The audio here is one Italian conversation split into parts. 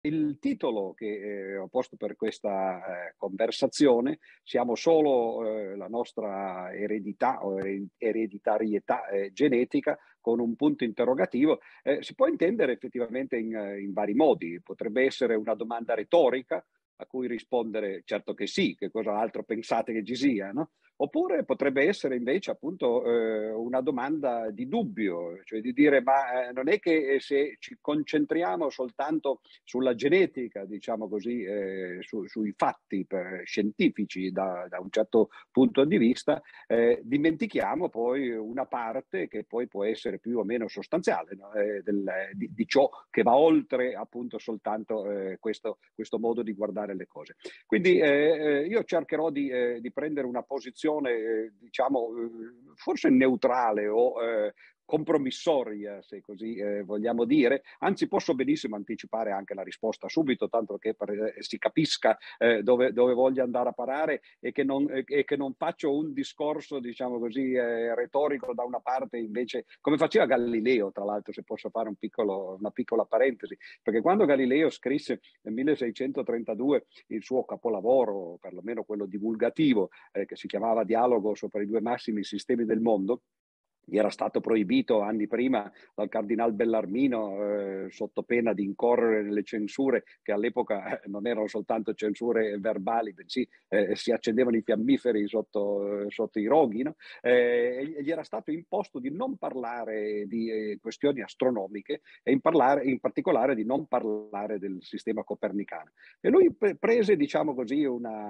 Il titolo che ho posto per questa conversazione, siamo solo la nostra eredità o ereditarietà genetica con un punto interrogativo, si può intendere effettivamente in vari modi. Potrebbe essere una domanda retorica a cui rispondere certo che sì, che cosa altro pensate che ci sia, no? Oppure potrebbe essere invece appunto una domanda di dubbio, cioè di dire ma non è che se ci concentriamo soltanto sulla genetica, diciamo così, sui fatti scientifici da un certo punto di vista, dimentichiamo poi una parte che poi può essere più o meno sostanziale, no? Di ciò che va oltre appunto soltanto questo modo di guardare le cose. Quindi io cercherò di prendere una posizione, diciamo, forse neutrale o compromissoria, se così vogliamo dire, anzi posso benissimo anticipare anche la risposta subito, tanto che si capisca dove voglio andare a parare e che non faccio un discorso, diciamo così, retorico da una parte invece, come faceva Galileo, tra l'altro, se posso fare una piccola parentesi, perché quando Galileo scrisse nel 1632 il suo capolavoro, perlomeno quello divulgativo, che si chiamava Dialogo sopra i due massimi sistemi del mondo, gli era stato proibito anni prima dal cardinal Bellarmino sotto pena di incorrere nelle censure che all'epoca non erano soltanto censure verbali, bensì si accendevano i fiammiferi sotto i roghi, no? E gli era stato imposto di non parlare di questioni astronomiche e in particolare di non parlare del sistema copernicano. E lui prese, diciamo così,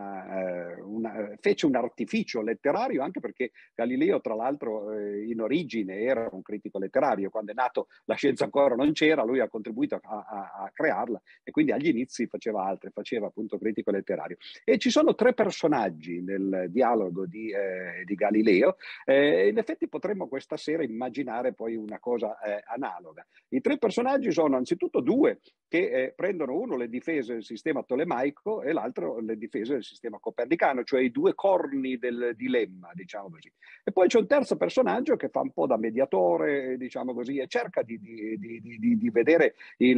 fece un artificio letterario, anche perché Galileo, tra l'altro, in origine era un critico letterario. Quando è nato la scienza ancora non c'era, lui ha contribuito a crearla e quindi agli inizi faceva appunto critico letterario. E ci sono tre personaggi nel dialogo di Galileo. In effetti potremmo questa sera immaginare poi una cosa analoga. I tre personaggi sono anzitutto due che prendono uno le difese del sistema tolemaico e l'altro le difese del sistema copernicano, cioè i due corni del dilemma, diciamo così. E poi c'è un terzo personaggio che fa un po' da mediatore, diciamo così, e cerca di vedere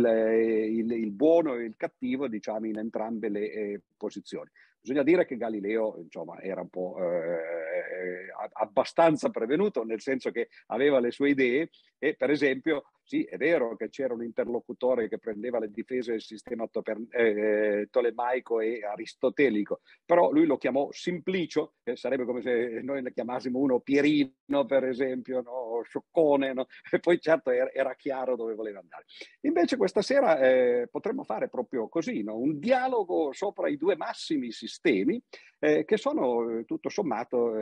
il buono e il cattivo, diciamo, in entrambe le posizioni. Bisogna dire che Galileo, insomma, era un po' abbastanza prevenuto, nel senso che aveva le sue idee e, per esempio, sì, è vero che c'era un interlocutore che prendeva le difese del sistema tolemaico e aristotelico, però lui lo chiamò Simplicio, che sarebbe come se noi ne chiamassimo uno Pierino, per esempio, no? O Scioccone, no? E poi certo era chiaro dove voleva andare. Invece questa sera potremmo fare proprio così, no? Un dialogo sopra i due massimi sistemi che sono tutto sommato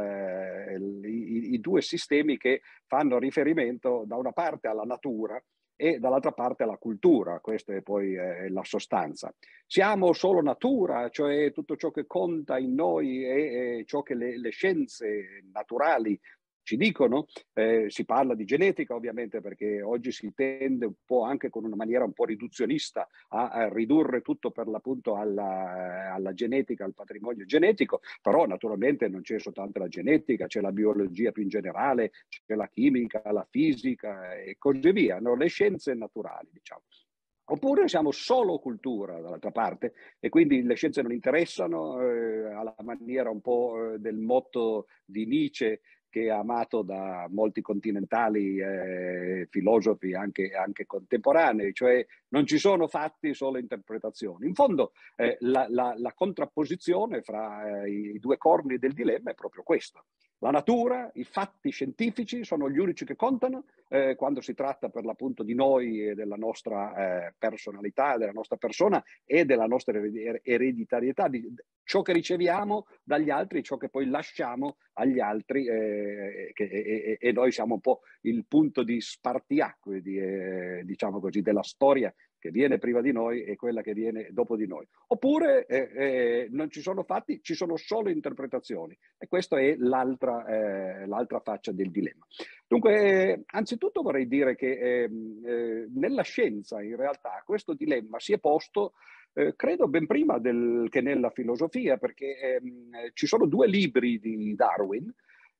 i due sistemi che fanno riferimento da una parte alla natura e dall'altra parte alla cultura. Questa è poi la sostanza. Siamo solo natura, cioè tutto ciò che conta in noi è ciò che le scienze naturali ci dicono. Si parla di genetica ovviamente, perché oggi si tende un po' anche con una maniera un po' riduzionista a ridurre tutto per l'appunto alla genetica, al patrimonio genetico, però naturalmente non c'è soltanto la genetica, c'è la biologia più in generale, c'è la chimica, la fisica e così via, no? Le scienze naturali, diciamo. Oppure siamo solo cultura dall'altra parte e quindi le scienze non interessano, alla maniera un po' del motto di Nietzsche, che è amato da molti continentali filosofi anche contemporanei, cioè non ci sono fatti, solo interpretazioni. In fondo la contrapposizione fra i due corni del dilemma è proprio questo. La natura, i fatti scientifici sono gli unici che contano quando si tratta per l'appunto di noi e della nostra personalità, della nostra persona e della nostra ereditarietà, di ciò che riceviamo dagli altri, ciò che poi lasciamo agli altri e noi siamo un po' il punto di spartiacque, diciamo così, della storia che viene prima di noi e quella che viene dopo di noi. Oppure non ci sono fatti, ci sono solo interpretazioni e questa è l'altra faccia del dilemma. Dunque, anzitutto vorrei dire che nella scienza in realtà questo dilemma si è posto credo ben prima che nella filosofia, perché ci sono due libri di Darwin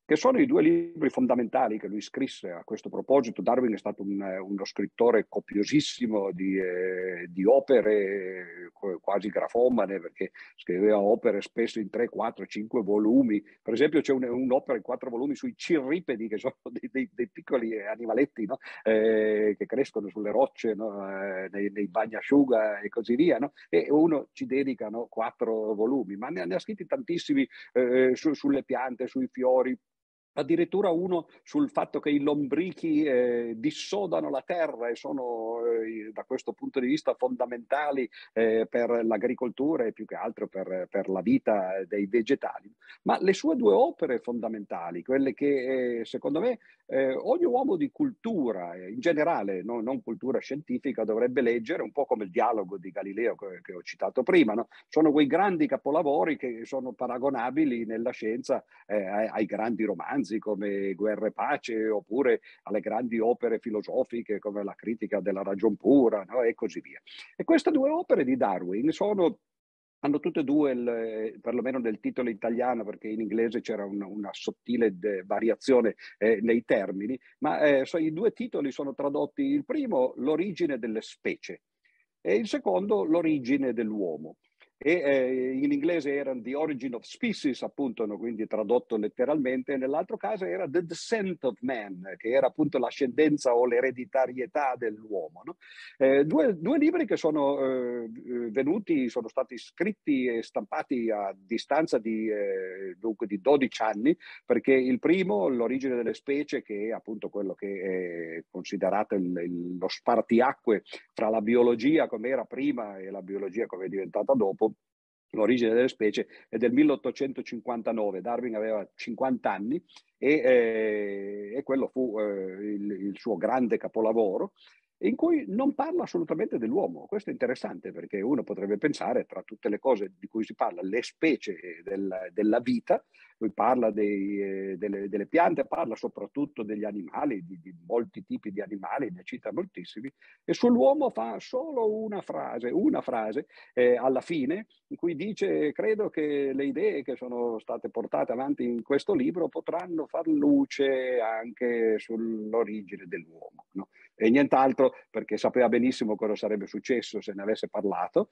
che sono i due libri fondamentali che lui scrisse a questo proposito. Darwin è stato uno scrittore copiosissimo di opere, quasi grafomane, perché scriveva opere spesso in 3, 4, 5 volumi. Per esempio c'è un'opera in 4 volumi sui cirripedi, che sono dei piccoli animaletti, no? Che crescono sulle rocce, no? Nei bagnasciuga e così via, no? E uno ci dedica, no, 4 volumi, ma ne ha scritti tantissimi sulle piante, sui fiori. Addirittura uno sul fatto che i lombrichi dissodano la terra e sono da questo punto di vista fondamentali per l'agricoltura e più che altro per la vita dei vegetali. Ma le sue due opere fondamentali, quelle che secondo me ogni uomo di cultura, in generale, non cultura scientifica, dovrebbe leggere, un po' come il dialogo di Galileo che ho citato prima, no? Sono quei grandi capolavori che sono paragonabili nella scienza ai grandi romanzi come Guerra e Pace, oppure alle grandi opere filosofiche come la Critica della ragion pura, no? E così via. E queste due opere di Darwin hanno tutte e due, perlomeno nel titolo italiano, perché in inglese c'era una sottile variazione nei termini, ma i due titoli sono tradotti: il primo, L'origine delle specie, e il secondo, L'origine dell'uomo. E in inglese era The Origin of Species, appunto, no? Quindi tradotto letteralmente, e nell'altro caso era The Descent of Man, che era appunto l'ascendenza o l'ereditarietà dell'uomo, no? Due libri che sono sono stati scritti e stampati a distanza dunque di 12 anni, perché il primo, L'origine delle specie, che è appunto quello che è considerato lo spartiacque fra la biologia come era prima e la biologia come è diventata dopo. L'origine delle specie è del 1859, Darwin aveva 50 anni e quello fu il suo grande capolavoro, in cui non parla assolutamente dell'uomo. Questo è interessante, perché uno potrebbe pensare, tra tutte le cose di cui si parla, le specie della vita, lui parla delle piante, parla soprattutto degli animali, di molti tipi di animali, ne cita moltissimi, e sull'uomo fa solo una frase alla fine, in cui dice: credo che le idee che sono state portate avanti in questo libro potranno far luce anche sull'origine dell'uomo, no? E nient'altro, perché sapeva benissimo cosa sarebbe successo se ne avesse parlato,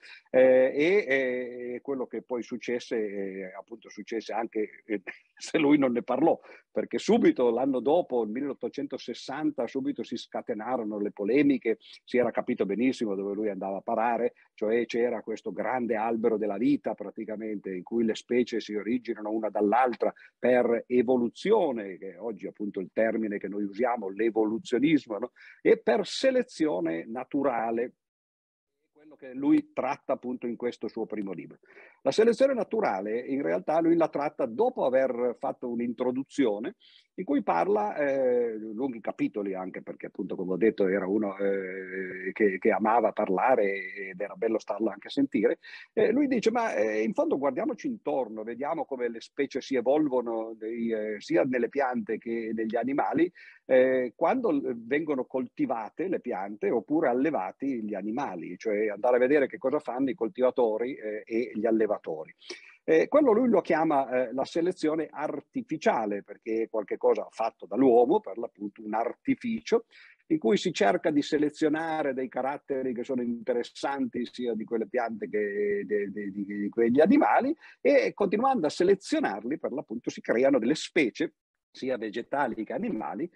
e quello che poi successe, appunto successe anche se lui non ne parlò, perché subito l'anno dopo, il 1860, subito si scatenarono le polemiche, si era capito benissimo dove lui andava a parare, cioè c'era questo grande albero della vita praticamente, in cui le specie si originano una dall'altra per evoluzione, che è oggi appunto il termine che noi usiamo, l'evoluzionismo, no? E per selezione naturale, quello che lui tratta appunto in questo suo primo libro. La selezione naturale in realtà lui la tratta dopo aver fatto un'introduzione in cui parla, lunghi capitoli, anche perché appunto, come ho detto, era uno che amava parlare ed era bello starlo anche a sentire. Lui dice: ma in fondo guardiamoci intorno, vediamo come le specie si evolvono sia nelle piante che negli animali, quando vengono coltivate le piante oppure allevati gli animali, cioè andare a vedere che cosa fanno i coltivatori e gli allevatori. Quello lui lo chiama la selezione artificiale, perché è qualcosa fatto dall'uomo, per l'appunto un artificio, in cui si cerca di selezionare dei caratteri che sono interessanti sia di quelle piante che di quegli animali, e continuando a selezionarli, per l'appunto, si creano delle specie, sia vegetali che animali,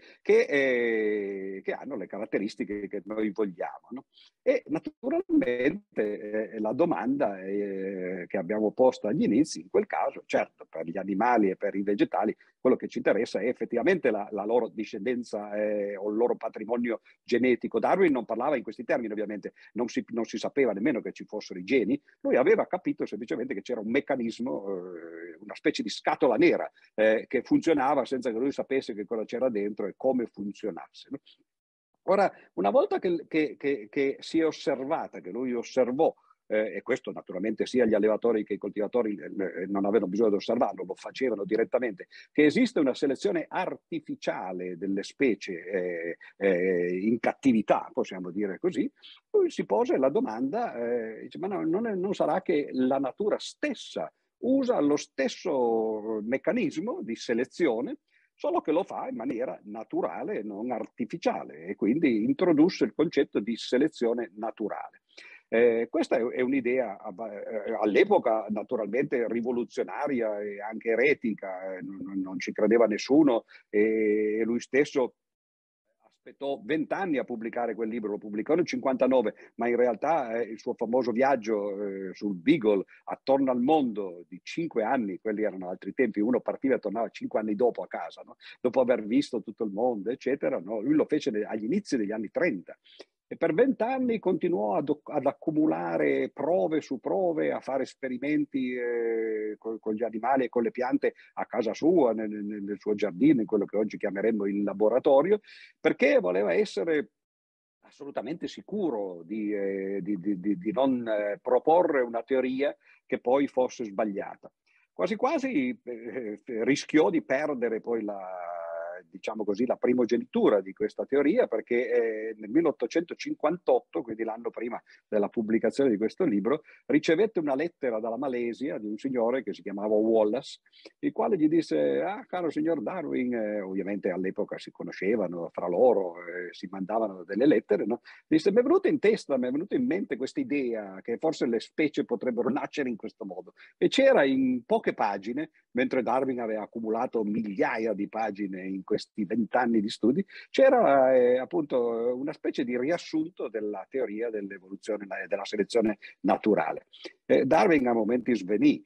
che hanno le caratteristiche che noi vogliamo, no? E naturalmente la domanda che abbiamo posto agli inizi, in quel caso, certo, per gli animali e per i vegetali, quello che ci interessa è effettivamente la loro discendenza o il loro patrimonio genetico. Darwin non parlava in questi termini, ovviamente, non si sapeva nemmeno che ci fossero i geni, lui aveva capito semplicemente che c'era un meccanismo, una specie di scatola nera che funzionava senza che lui sapesse che cosa c'era dentro e come funzionasse, no? Ora, una volta che si è osservata, che lui osservò, e questo naturalmente sia gli allevatori che i coltivatori non avevano bisogno di osservarlo, lo facevano direttamente, che esiste una selezione artificiale delle specie in cattività, possiamo dire così, lui si pose la domanda, dice: ma no, non sarà che la natura stessa usa lo stesso meccanismo di selezione, solo che lo fa in maniera naturale e non artificiale, e quindi introdusse il concetto di selezione naturale. Questa è un'idea all'epoca naturalmente rivoluzionaria e anche eretica, non ci credeva nessuno, e lui stesso aspettò 20 anni a pubblicare quel libro, lo pubblicò nel 59, ma in realtà il suo famoso viaggio sul Beagle attorno al mondo di 5 anni, quelli erano altri tempi, uno partiva e tornava 5 anni dopo a casa, no? Dopo aver visto tutto il mondo, eccetera, no? Lui lo fece agli inizi degli anni 30. E per 20 anni continuò ad accumulare prove su prove, a fare esperimenti con gli animali e con le piante a casa sua, nel suo giardino, in quello che oggi chiameremmo il laboratorio, perché voleva essere assolutamente sicuro di non proporre una teoria che poi fosse sbagliata. Quasi quasi rischiò di perdere poi diciamo così, la primogenitura di questa teoria, perché nel 1858, quindi l'anno prima della pubblicazione di questo libro, ricevette una lettera dalla Malesia di un signore che si chiamava Wallace, il quale gli disse: ah, caro signor Darwin, ovviamente all'epoca si conoscevano fra loro, si mandavano delle lettere, no? Disse: mi è venuta in testa, mi è venuta in mente questa idea che forse le specie potrebbero nascere in questo modo. E c'era in poche pagine, mentre Darwin aveva accumulato migliaia di pagine in questi 20 anni di studi, c'era appunto una specie di riassunto della teoria dell'evoluzione e della selezione naturale. Darwin a momenti svenì,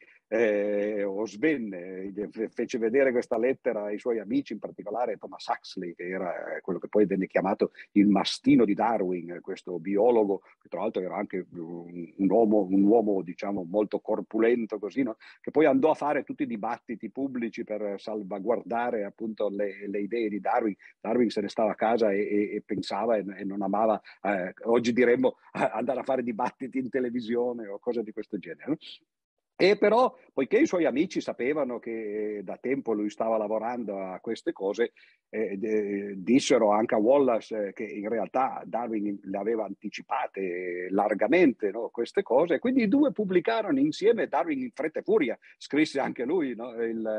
o svenne, fece vedere questa lettera ai suoi amici, in particolare Thomas Huxley, che era quello che poi venne chiamato il mastino di Darwin, questo biologo, che tra l'altro era anche un uomo diciamo molto corpulento, così, no? Che poi andò a fare tutti i dibattiti pubblici per salvaguardare appunto le idee di Darwin. Darwin se ne stava a casa e pensava e non amava, oggi diremmo, andare a fare dibattiti in televisione o cose di questo genere, no? E però, poiché i suoi amici sapevano che da tempo lui stava lavorando a queste cose, dissero anche a Wallace che in realtà Darwin le aveva anticipate largamente, no, queste cose. Quindi i due pubblicarono insieme. Darwin in fretta e furia scrisse anche lui, no,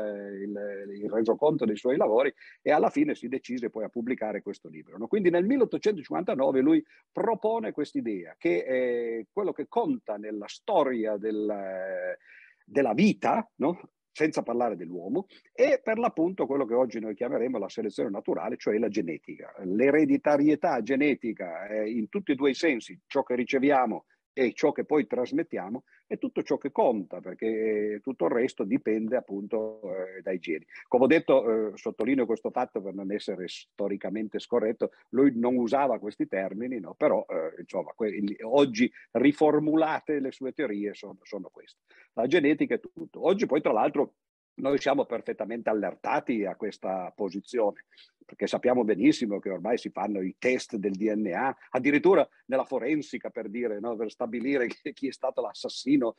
il resoconto dei suoi lavori, e alla fine si decise poi a pubblicare questo libro, no? Quindi nel 1859 lui propone quest'idea che quello che conta nella storia della vita, no? Senza parlare dell'uomo, e per l'appunto quello che oggi noi chiameremo la selezione naturale, cioè la genetica. L'ereditarietà genetica in tutti e due i sensi, ciò che riceviamo e ciò che poi trasmettiamo, è tutto ciò che conta, perché tutto il resto dipende appunto dai geni. Come ho detto, sottolineo questo fatto per non essere storicamente scorretto, lui non usava questi termini, no? Però insomma, oggi riformulate le sue teorie sono queste. La genetica è tutto. Oggi poi tra l'altro noi siamo perfettamente allertati a questa posizione, perché sappiamo benissimo che ormai si fanno i test del DNA, addirittura nella forensica, per dire, no? Per stabilire chi è stato l'assassino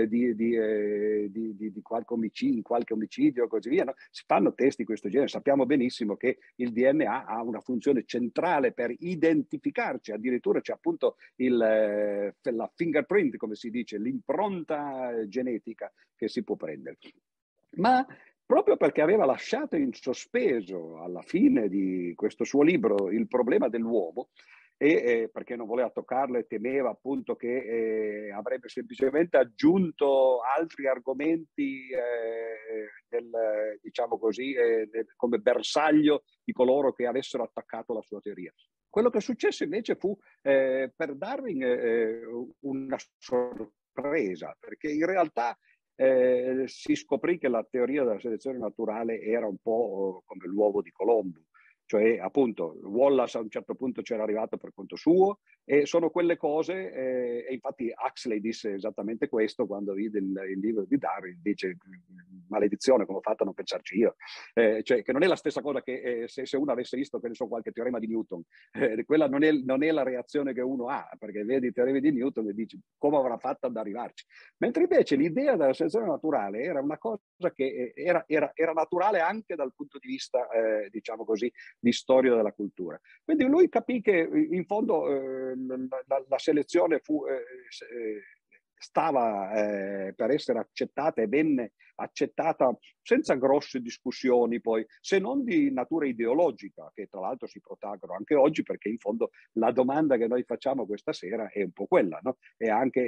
di qualche omicidio e così via, no? Si fanno test di questo genere. Sappiamo benissimo che il DNA ha una funzione centrale per identificarci, addirittura c'è appunto la fingerprint, come si dice, l'impronta genetica che si può prendere. Ma proprio perché aveva lasciato in sospeso alla fine di questo suo libro il problema dell'uomo, e perché non voleva toccarlo e temeva appunto che avrebbe semplicemente aggiunto altri argomenti diciamo così, come bersaglio di coloro che avessero attaccato la sua teoria. Quello che successe invece fu per Darwin una sorpresa, perché in realtà si scoprì che la teoria della selezione naturale era un po' come l'uovo di Colombo, cioè appunto Wallace a un certo punto c'era arrivato per conto suo, e sono quelle cose, e infatti Huxley disse esattamente questo quando vide il libro di Darwin, dice: maledizione, come ho fatto a non pensarci io, cioè che non è la stessa cosa che se uno avesse visto, che ne so, qualche teorema di Newton, quella non è la reazione che uno ha, perché vedi i teoremi di Newton e dici come avrà fatto ad arrivarci, mentre invece l'idea della selezione naturale era una cosa che era naturale anche dal punto di vista diciamo così di storia della cultura. Quindi lui capì che in fondo la selezione fu stava per essere accettata e venne accettata senza grosse discussioni poi, se non di natura ideologica, che tra l'altro si protraggono anche oggi, perché in fondo la domanda che noi facciamo questa sera è un po' quella, no? È anche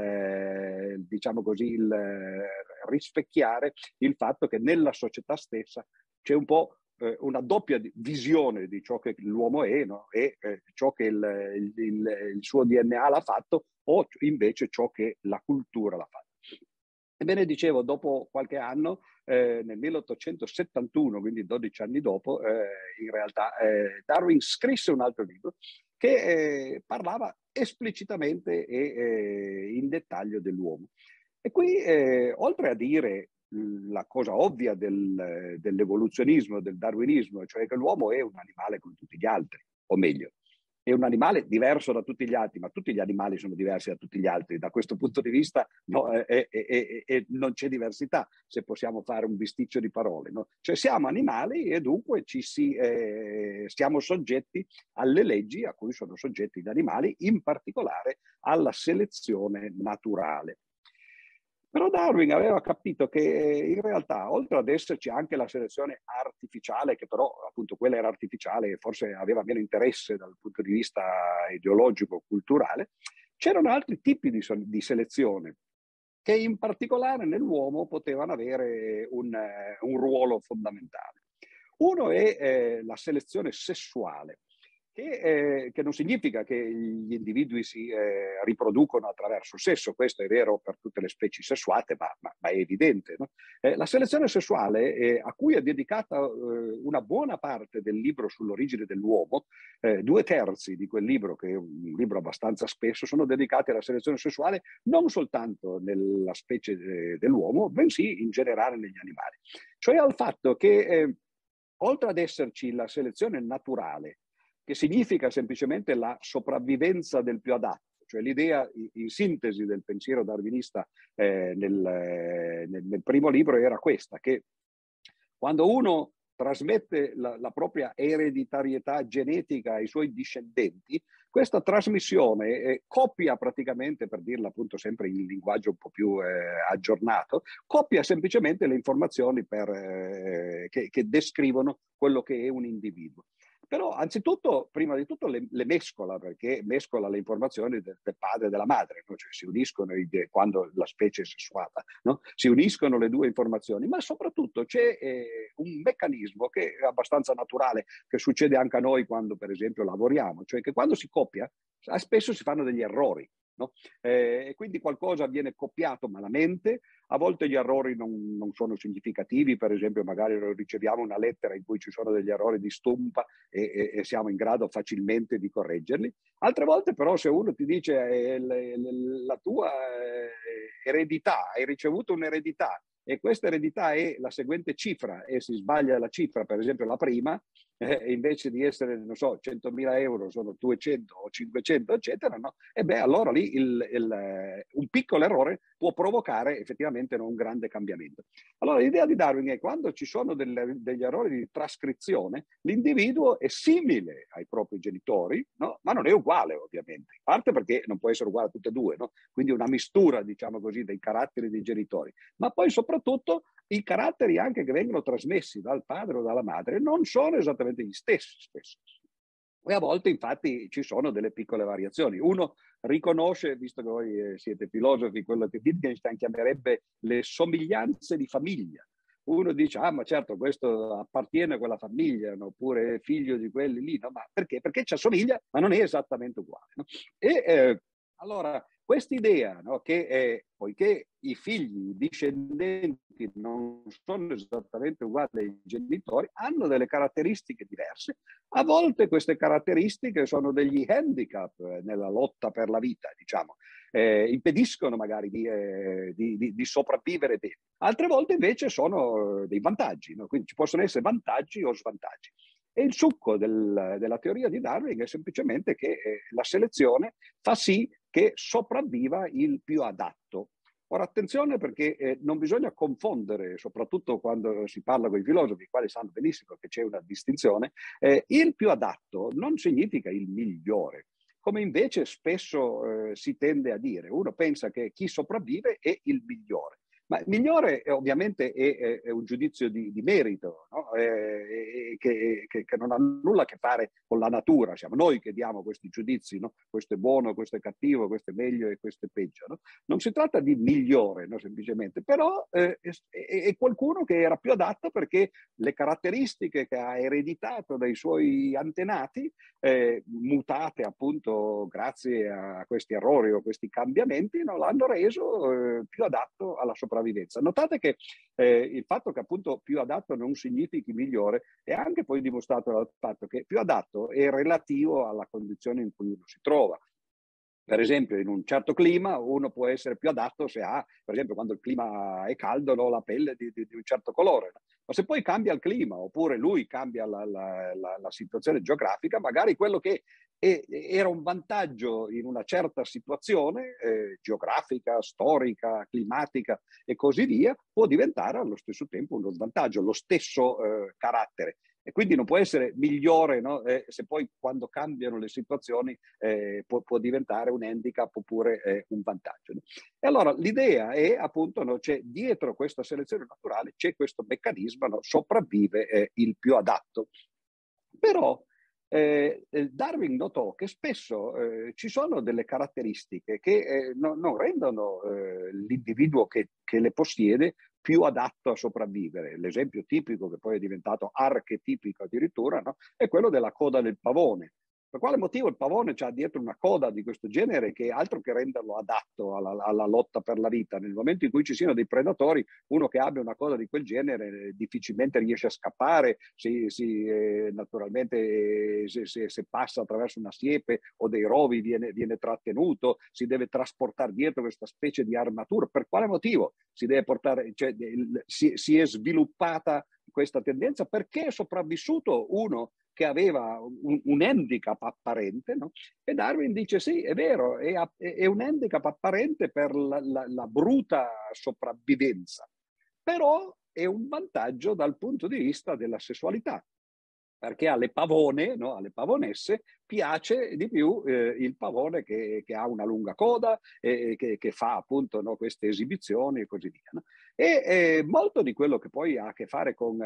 diciamo così, rispecchiare il fatto che nella società stessa c'è un po' una doppia visione di ciò che l'uomo è, no? E ciò che il suo DNA l'ha fatto, o invece ciò che la cultura l'ha fatto. Ebbene, dicevo, dopo qualche anno, nel 1871, quindi 12 anni dopo, in realtà Darwin scrisse un altro libro che parlava esplicitamente e in dettaglio dell'uomo. E qui, oltre a dire la cosa ovvia dell'evoluzionismo, del darwinismo, cioè che l'uomo è un animale come tutti gli altri, o meglio, è un animale diverso da tutti gli altri, ma tutti gli animali sono diversi da tutti gli altri. Da questo punto di vista no, non c'è diversità, se possiamo fare un bisticcio di parole. No? Cioè siamo animali e dunque siamo soggetti alle leggi a cui sono soggetti gli animali, in particolare alla selezione naturale. Però Darwin aveva capito che in realtà, oltre ad esserci anche la selezione artificiale, che però appunto quella era artificiale e forse aveva meno interesse dal punto di vista ideologico, culturale, c'erano altri tipi di selezione che in particolare nell'uomo potevano avere un ruolo fondamentale. Uno è la selezione sessuale, che non significa che gli individui si riproducono attraverso il sesso, questo è vero per tutte le specie sessuate, ma è evidente. No? La selezione sessuale, a cui è dedicata una buona parte del libro sull'origine dell'uomo, 2/3 di quel libro, che è un libro abbastanza spesso, sono dedicati alla selezione sessuale non soltanto nella specie dell'uomo, bensì in generale negli animali. Cioè al fatto che oltre ad esserci la selezione naturale, che significa semplicemente la sopravvivenza del più adatto, cioè l'idea in sintesi del pensiero darwinista nel primo libro era questa, che quando uno trasmette la propria ereditarietà genetica ai suoi discendenti, questa trasmissione copia praticamente, per dirla appunto sempre in linguaggio un po' più aggiornato, copia semplicemente le informazioni che descrivono quello che è un individuo. Però anzitutto, prima di tutto, le mescola, perché mescola le informazioni del padre e della madre, no? Cioè si uniscono quando la specie è sessuata, no? Si uniscono le due informazioni, ma soprattutto c'è un meccanismo che è abbastanza naturale, che succede anche a noi quando per esempio lavoriamo, cioè che quando si copia spesso si fanno degli errori. No? E quindi qualcosa viene copiato malamente, a volte gli errori non sono significativi, per esempio magari riceviamo una lettera in cui ci sono degli errori di stampa e siamo in grado facilmente di correggerli. Altre volte però se uno ti dice la tua eredità, hai ricevuto un'eredità e questa eredità è la seguente cifra e si sbaglia la cifra, per esempio la prima, invece di essere, non so, 100.000 euro sono 200 o 500, eccetera, no? E beh, allora lì un piccolo errore può provocare effettivamente un grande cambiamento. Allora l'idea di Darwin è quando ci sono degli errori di trascrizione, l'individuo è simile ai propri genitori, no? Ma non è uguale ovviamente, in parte perché non può essere uguale a tutte e due, no? Quindi una mistura, diciamo così, dei caratteri dei genitori, ma poi soprattutto i caratteri anche che vengono trasmessi dal padre o dalla madre non sono esattamente gli stessi spesso. E a volte infatti ci sono delle piccole variazioni. Uno riconosce, visto che voi siete filosofi, quello che Wittgenstein chiamerebbe le somiglianze di famiglia. Uno dice, ah ma certo questo appartiene a quella famiglia, no? Oppure è figlio di quelli lì, no? Ma perché? Perché ci assomiglia, ma non è esattamente uguale. No? E allora quest'idea, no? Che poiché i figli, i discendenti non sono esattamente uguali ai genitori, hanno delle caratteristiche diverse. A volte queste caratteristiche sono degli handicap nella lotta per la vita, diciamo, impediscono magari di sopravvivere bene. Altre volte invece sono dei vantaggi, no? Quindi ci possono essere vantaggi o svantaggi. E il succo della teoria di Darwin è semplicemente che la selezione fa sì che sopravviva il più adatto. Ora attenzione perché non bisogna confondere, soprattutto quando si parla con i filosofi, i quali sanno benissimo che c'è una distinzione, il più adatto non significa il migliore. come invece spesso si tende a dire. Uno pensa che chi sopravvive è il migliore. Ma il migliore ovviamente è un giudizio di merito, no? Che non ha nulla a che fare con la natura. Siamo noi che diamo questi giudizi, no? Questo è buono, questo è cattivo, questo è meglio e questo è peggio. No? Non si tratta di migliore, no? Semplicemente, però è qualcuno che era più adatto perché le caratteristiche che ha ereditato dai suoi antenati, mutate appunto grazie a questi errori o questi cambiamenti, no? L'hanno reso più adatto alla sopravvivenza. Notate che il fatto che appunto più adatto non significhi migliore è anche poi dimostrato dal fatto che più adatto è relativo alla condizione in cui uno si trova. Per esempio, in un certo clima uno può essere più adatto se ha, per esempio, quando il clima è caldo, no, la pelle di un certo colore. No? Ma se poi cambia il clima, oppure lui cambia la situazione geografica, magari quello che era un vantaggio in una certa situazione geografica, storica, climatica e così via, può diventare allo stesso tempo uno svantaggio, lo stesso carattere. E quindi non può essere migliore, no? Se poi quando cambiano le situazioni può diventare un handicap oppure un vantaggio. No? E allora l'idea è appunto, no, c'è dietro questa selezione naturale c'è questo meccanismo, no? Sopravvive il più adatto. Però Darwin notò che spesso ci sono delle caratteristiche che non rendono l'individuo che le possiede più adatto a sopravvivere. L'esempio tipico, che poi è diventato archetipico addirittura, no? È quello della coda del pavone. Per quale motivo il pavone ha dietro una coda di questo genere che è altro che renderlo adatto alla lotta per la vita? Nel momento in cui ci siano dei predatori, uno che abbia una coda di quel genere difficilmente riesce a scappare, naturalmente se passa attraverso una siepe o dei rovi viene trattenuto, si deve trasportare dietro questa specie di armatura. Per quale motivo si deve portare, cioè, si è sviluppata questa tendenza? Perché è sopravvissuto uno che aveva un handicap apparente, no? E Darwin dice sì, è vero, è un handicap apparente per la bruta sopravvivenza, però è un vantaggio dal punto di vista della sessualità, perché alle pavone, no? Alle pavonesse, piace di più il pavone che ha una lunga coda e che fa appunto, no, queste esibizioni e così via. No? E molto di quello che poi ha a che fare con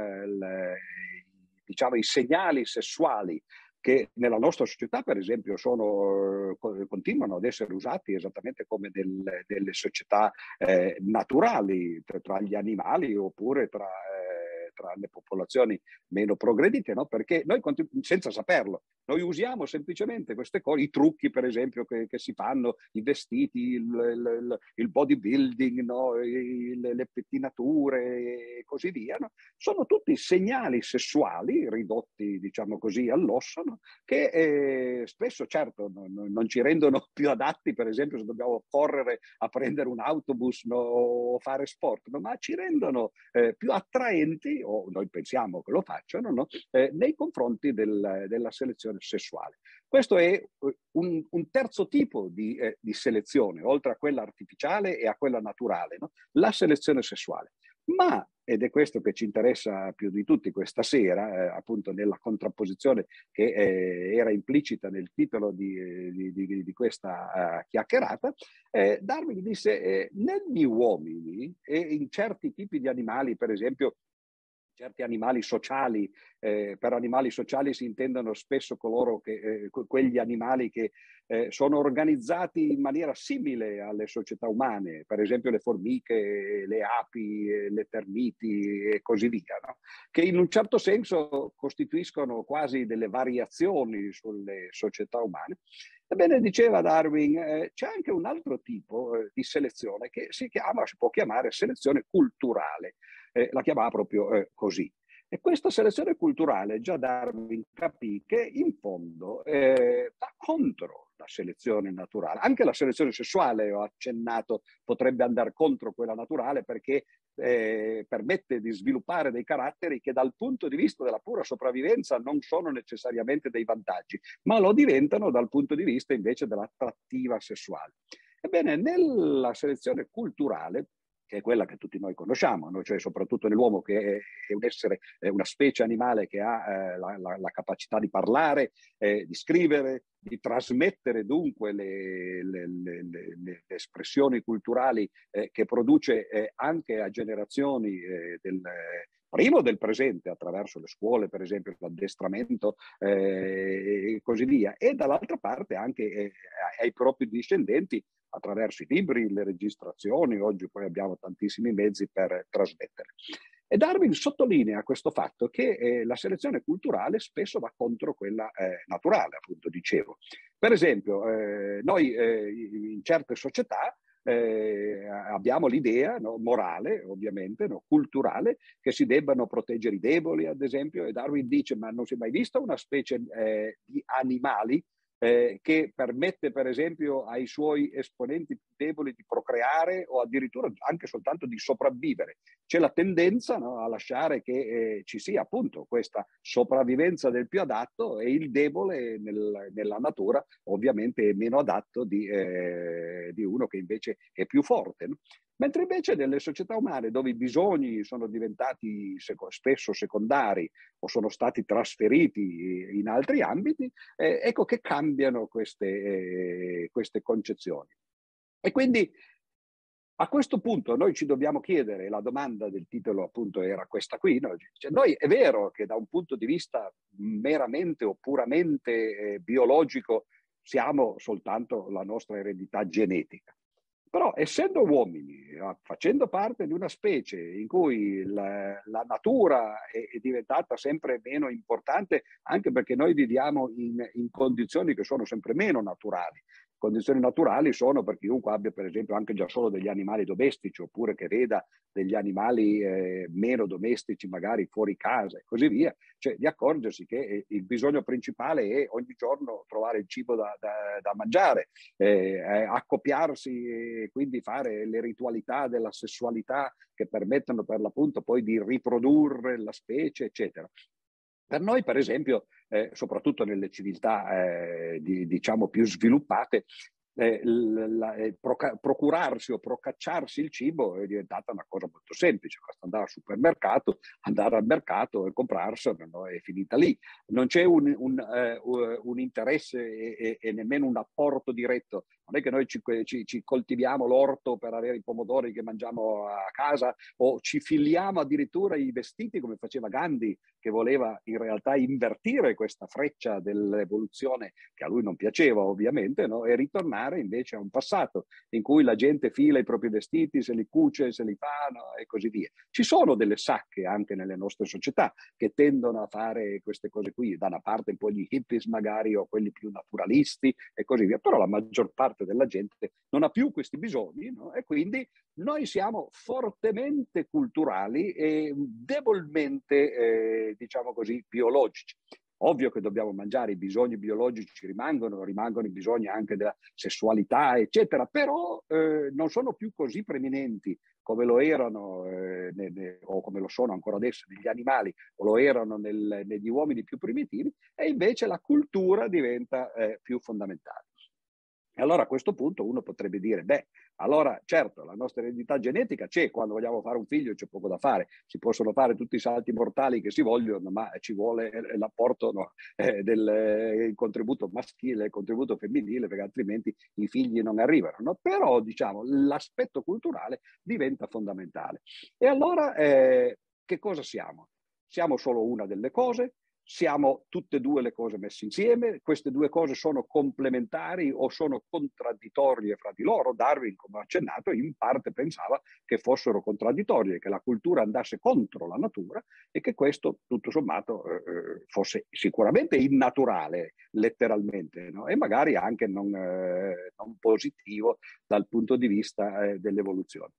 diciamo, i segnali sessuali che nella nostra società, per esempio, continuano ad essere usati esattamente come delle società naturali tra gli animali oppure tra le popolazioni meno progredite, no? Perché noi, senza saperlo, noi usiamo semplicemente queste cose, i trucchi per esempio che si fanno, i vestiti, il bodybuilding, no? Le pettinature e così via, no? Sono tutti segnali sessuali ridotti, diciamo così, all'osso, no? Che spesso, certo, non ci rendono più adatti, per esempio, se dobbiamo correre a prendere un autobus, no? O fare sport, no? Ma ci rendono più attraenti, o noi pensiamo che lo facciano, no? Nei confronti della selezione sessuale. Questo è un terzo tipo di selezione, oltre a quella artificiale e a quella naturale, no? La selezione sessuale. Ma, ed è questo che ci interessa più di tutti questa sera, appunto nella contrapposizione che era implicita nel titolo di questa chiacchierata, Darwin disse negli uomini e in certi tipi di animali, per esempio certi animali sociali, per animali sociali si intendono spesso coloro che, quegli animali che sono organizzati in maniera simile alle società umane, per esempio le formiche, le api, le termiti e così via, no? Che in un certo senso costituiscono quasi delle variazioni sulle società umane. Ebbene, diceva Darwin, c'è anche un altro tipo di selezione che si può chiamare selezione culturale. La chiamava proprio così. E questa selezione culturale già Darwin capì che in fondo va contro la selezione naturale. Anche la selezione sessuale, ho accennato, potrebbe andare contro quella naturale perché permette di sviluppare dei caratteri che dal punto di vista della pura sopravvivenza non sono necessariamente dei vantaggi, ma lo diventano dal punto di vista invece dell'attrattiva sessuale. Ebbene, nella selezione culturale che è quella che tutti noi conosciamo, no? Cioè soprattutto nell'uomo, che è un essere, è una specie animale che ha la capacità di parlare, di scrivere, di trasmettere dunque le espressioni culturali che produce anche a generazioni primo del presente, attraverso le scuole, per esempio, l'addestramento e così via, e dall'altra parte anche ai propri discendenti, attraverso i libri, le registrazioni. Oggi poi abbiamo tantissimi mezzi per trasmettere. E Darwin sottolinea questo fatto che la selezione culturale spesso va contro quella naturale, appunto dicevo. Per esempio, noi in certe società abbiamo l'idea, no, morale, ovviamente, no, culturale, che si debbano proteggere i deboli, ad esempio, e Darwin dice: ma non si è mai vista una specie di animali che permette, per esempio, ai suoi esponenti più deboli di procreare o addirittura anche soltanto di sopravvivere? C'è la tendenza, no, a lasciare che ci sia appunto questa sopravvivenza del più adatto, e il debole nella natura ovviamente è meno adatto di uno che invece è più forte, no? Mentre invece nelle società umane, dove i bisogni sono diventati spesso secondari o sono stati trasferiti in altri ambiti, ecco che cambiano queste concezioni. E quindi a questo punto noi ci dobbiamo chiedere, la domanda del titolo appunto era questa qui, no? Cioè, noi è vero che da un punto di vista meramente o puramente biologico siamo soltanto la nostra eredità genetica. Però essendo uomini, facendo parte di una specie in cui la natura è diventata sempre meno importante, anche perché noi viviamo in condizioni che sono sempre meno naturali. Condizioni naturali sono per chiunque abbia, per esempio, anche già solo degli animali domestici, oppure che veda degli animali meno domestici magari fuori casa e così via, cioè di accorgersi che il bisogno principale è ogni giorno trovare il cibo da mangiare, accoppiarsi e quindi fare le ritualità della sessualità che permettono per l'appunto poi di riprodurre la specie, eccetera. Per noi, per esempio, soprattutto nelle civiltà diciamo più sviluppate, procurarsi o procacciarsi il cibo è diventata una cosa molto semplice. Basta andare al supermercato, andare al mercato e comprarselo, no? È finita lì. Non c'è un interesse e nemmeno un apporto diretto. Non è che noi ci coltiviamo l'orto per avere i pomodori che mangiamo a casa, o ci filiamo addirittura i vestiti come faceva Gandhi, che voleva in realtà invertire questa freccia dell'evoluzione, che a lui non piaceva ovviamente, no? E ritornare invece a un passato in cui la gente fila i propri vestiti, se li cuce, se li fa, no? E così via. Ci sono delle sacche anche nelle nostre società che tendono a fare queste cose qui, da una parte un po' gli hippies magari, o quelli più naturalisti e così via, però la maggior parte della gente non ha più questi bisogni, no? E quindi noi siamo fortemente culturali e debolmente, diciamo così, biologici. Ovvio che dobbiamo mangiare, i bisogni biologici rimangono i bisogni anche della sessualità, eccetera, però non sono più così preminenti come lo erano o come lo sono ancora adesso negli animali, o lo erano negli uomini più primitivi, e invece la cultura diventa più fondamentale. E allora a questo punto uno potrebbe dire: beh, allora certo, la nostra eredità genetica c'è, quando vogliamo fare un figlio c'è poco da fare, si possono fare tutti i salti mortali che si vogliono, ma ci vuole l'apporto, no, del contributo maschile, il contributo femminile, perché altrimenti i figli non arrivano, no? Però diciamo l'aspetto culturale diventa fondamentale. E allora che cosa siamo? Siamo solo una delle cose? Siamo tutte e due le cose messe insieme? Queste due cose sono complementari o sono contraddittorie fra di loro? Darwin, come ho accennato, in parte pensava che fossero contraddittorie, che la cultura andasse contro la natura e che questo, tutto sommato, fosse sicuramente innaturale, letteralmente, no? E magari anche non positivo dal punto di vista dell'evoluzione.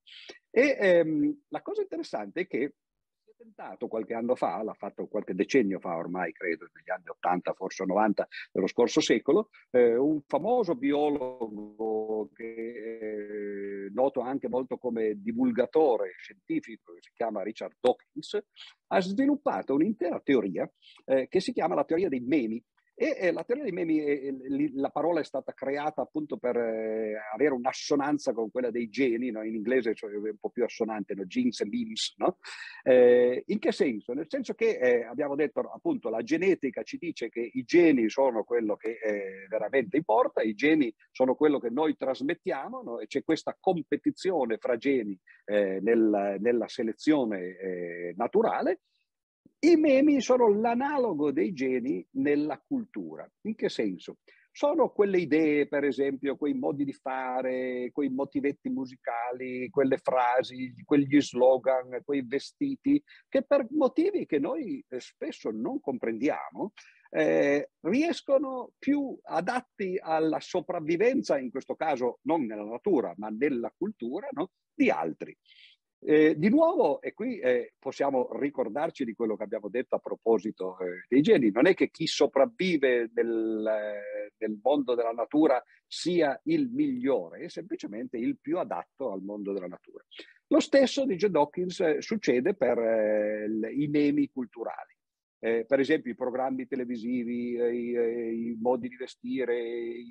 E la cosa interessante è che tentato qualche anno fa, l'ha fatto qualche decennio fa ormai, credo, negli anni 80, forse 90 dello scorso secolo, un famoso biologo che è noto anche molto come divulgatore scientifico, che si chiama Richard Dawkins, ha sviluppato un'intera teoria che si chiama la teoria dei memi. E la teoria dei memi, la parola è stata creata appunto per avere un'assonanza con quella dei geni, no? In inglese cioè, è un po' più assonante, no? Genes e memes, no? In che senso? Nel senso che abbiamo detto appunto la genetica ci dice che i geni sono quello che veramente importa, i geni sono quello che noi trasmettiamo, no? E c'è questa competizione fra geni nella selezione naturale. I memi sono l'analogo dei geni nella cultura. In che senso? Sono quelle idee, per esempio, quei modi di fare, quei motivetti musicali, quelle frasi, quegli slogan, quei vestiti, che per motivi che noi spesso non comprendiamo, riescono più adatti alla sopravvivenza, in questo caso non nella natura, ma nella cultura, no? Di altri. Di nuovo, e qui possiamo ricordarci di quello che abbiamo detto a proposito dei geni, non è che chi sopravvive nel mondo della natura sia il migliore, è semplicemente il più adatto al mondo della natura. Lo stesso, dice Dawkins, succede per i memi culturali. Per esempio i programmi televisivi, i modi di vestire, i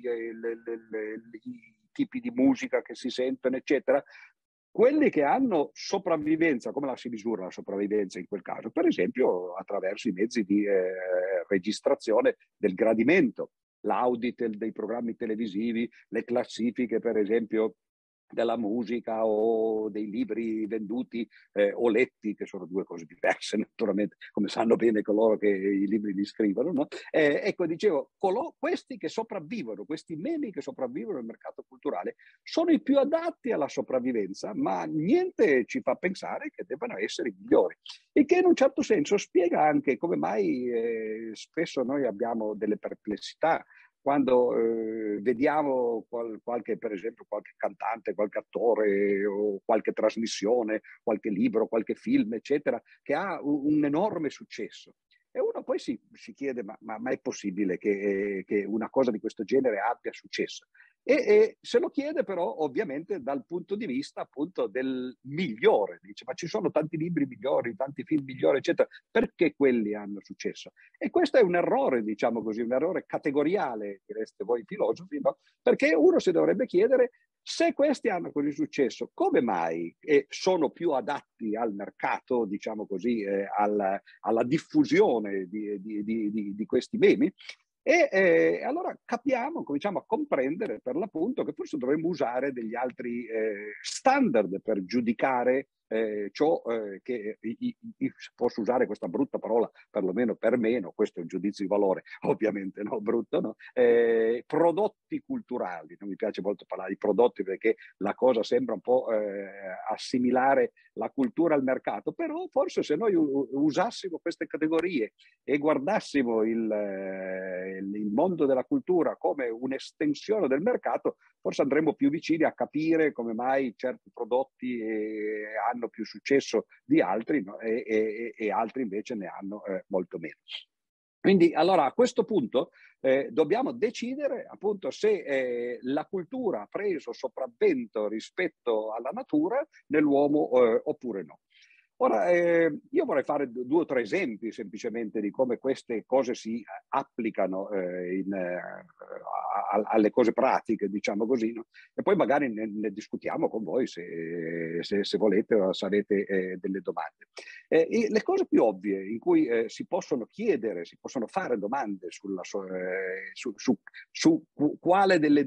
tipi di musica che si sentono, eccetera. Quelli che hanno sopravvivenza, come la si misura la sopravvivenza in quel caso? Per esempio attraverso i mezzi di registrazione del gradimento, l'audit dei programmi televisivi, le classifiche per esempio della musica o dei libri venduti o letti, che sono due cose diverse naturalmente, come sanno bene coloro che i libri li scrivono, no? Ecco, dicevo, questi che sopravvivono, questi memi che sopravvivono nel mercato culturale, sono i più adatti alla sopravvivenza, ma niente ci fa pensare che debbano essere i migliori. E che in un certo senso spiega anche come mai spesso noi abbiamo delle perplessità quando vediamo per esempio qualche cantante, qualche attore o qualche trasmissione, qualche libro, qualche film, eccetera, che ha un enorme successo. E uno poi si chiede, ma è possibile che una cosa di questo genere abbia successo? E se lo chiede però ovviamente dal punto di vista appunto del migliore. Dice, ma ci sono tanti libri migliori, tanti film migliori, eccetera, perché quelli hanno successo? E questo è un errore, diciamo così, un errore categoriale, direste voi filosofi, no? Perché uno si dovrebbe chiedere se questi hanno così successo, come mai sono più adatti al mercato, diciamo così, alla diffusione di questi memi? E allora capiamo, cominciamo a comprendere per l'appunto che forse dovremmo usare degli altri standard per giudicare ciò che posso usare questa brutta parola, perlomeno per me, no? Questo è un giudizio di valore, ovviamente, no? Brutto, no? Prodotti culturali, non mi piace molto parlare di prodotti perché la cosa sembra un po' assimilare la cultura al mercato, però forse se noi usassimo queste categorie e guardassimo il mondo della cultura come un'estensione del mercato, forse andremo più vicini a capire come mai certi prodotti hanno più successo di altri, no? e altri invece ne hanno molto meno. Quindi allora a questo punto dobbiamo decidere appunto se la cultura ha preso sopravvento rispetto alla natura nell'uomo oppure no. Ora, io vorrei fare 2 o 3 esempi semplicemente di come queste cose si applicano alle cose pratiche, diciamo così, no? E poi magari ne discutiamo con voi se volete o se avete delle domande. Le cose più ovvie in cui si possono chiedere, si possono fare domande su quale delle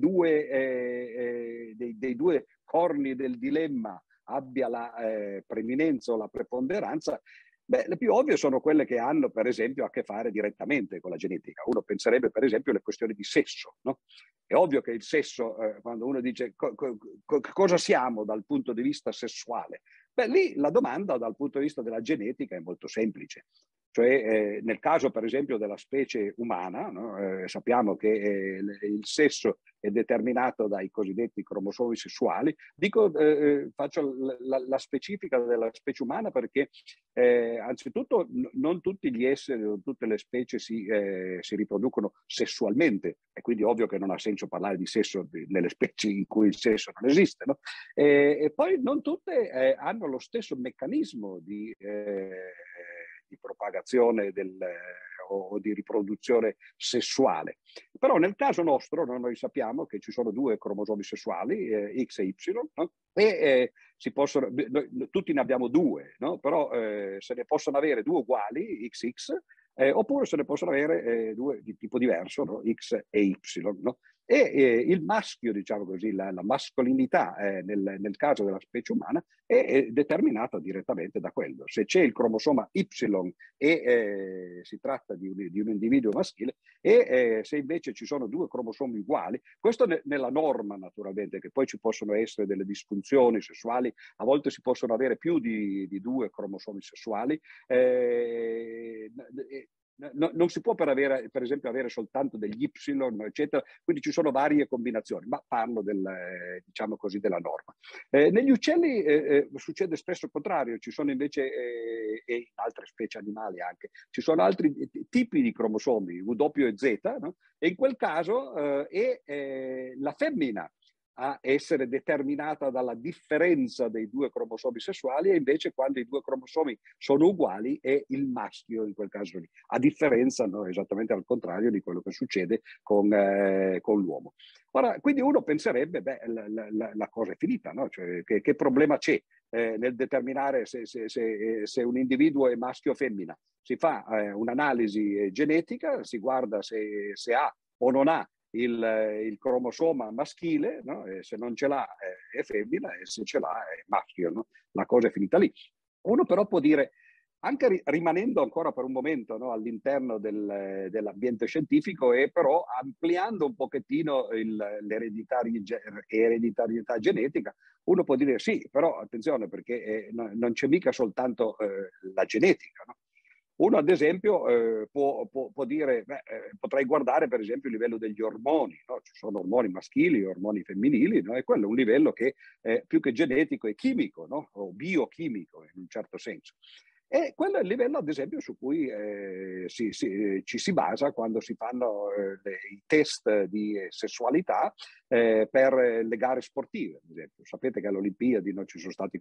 dei due corni del dilemma abbia la preminenza o la preponderanza, le più ovvie sono quelle che hanno per esempio a che fare direttamente con la genetica. Uno penserebbe per esempio alle questioni di sesso, no? È ovvio che il sesso, quando uno dice cosa siamo dal punto di vista sessuale, lì la domanda dal punto di vista della genetica è molto semplice. Cioè nel caso per esempio della specie umana, no? Sappiamo che il sesso è determinato dai cosiddetti cromosomi sessuali. Faccio la specifica della specie umana perché anzitutto non tutti gli esseri, non tutte le specie si riproducono sessualmente, e quindi ovvio che non ha senso parlare di sesso nelle specie in cui il sesso non esiste, no? E poi non tutte hanno lo stesso meccanismo di propagazione o di riproduzione sessuale. Però nel caso nostro, no, noi sappiamo che ci sono due cromosomi sessuali, X e Y, no? E si possono, tutti ne abbiamo due, no? Però se ne possono avere due uguali, XX, oppure se ne possono avere due di tipo diverso, no? X e Y. No? E il maschio, diciamo così, la mascolinità nel caso della specie umana è determinata direttamente da quello. Se c'è il cromosoma Y e si tratta di un individuo maschile, e se invece ci sono due cromosomi uguali, questo nella norma naturalmente, che poi ci possono essere delle disfunzioni sessuali, a volte si possono avere più di due cromosomi sessuali, non si può per esempio avere soltanto degli Y, eccetera, quindi ci sono varie combinazioni, ma parlo diciamo così, della norma. Negli uccelli succede spesso il contrario, ci sono invece, e in altre specie animali anche, ci sono altri tipi di cromosomi, W e Z, no? E in quel caso è la femmina a essere determinata dalla differenza dei due cromosomi sessuali, e invece quando i due cromosomi sono uguali è il maschio in quel caso lì, a differenza, no, esattamente al contrario di quello che succede con l'uomo. Ora, quindi uno penserebbe, beh, la cosa è finita, no? Cioè, che problema c'è nel determinare se un individuo è maschio o femmina? Si fa un'analisi genetica, si guarda se ha o non ha il cromosoma maschile, no? E se non ce l'ha è femmina, e se ce l'ha è maschio, no? La cosa è finita lì. Uno però può dire, anche rimanendo ancora per un momento, no, all'interno dell'ambiente scientifico, e però ampliando un pochettino l'ereditarietà genetica, uno può dire sì, però attenzione, perché non c'è mica soltanto la genetica, no? Uno, ad esempio, può dire, potrei guardare per esempio il livello degli ormoni, no? Ci sono ormoni maschili e ormoni femminili, no? E quello è un livello che più che genetico è chimico, no? O biochimico in un certo senso. E quello è il livello, ad esempio, su cui ci si basa quando si fanno i test di sessualità per le gare sportive, ad esempio. Sapete che alle Olimpiadi, no, ci sono state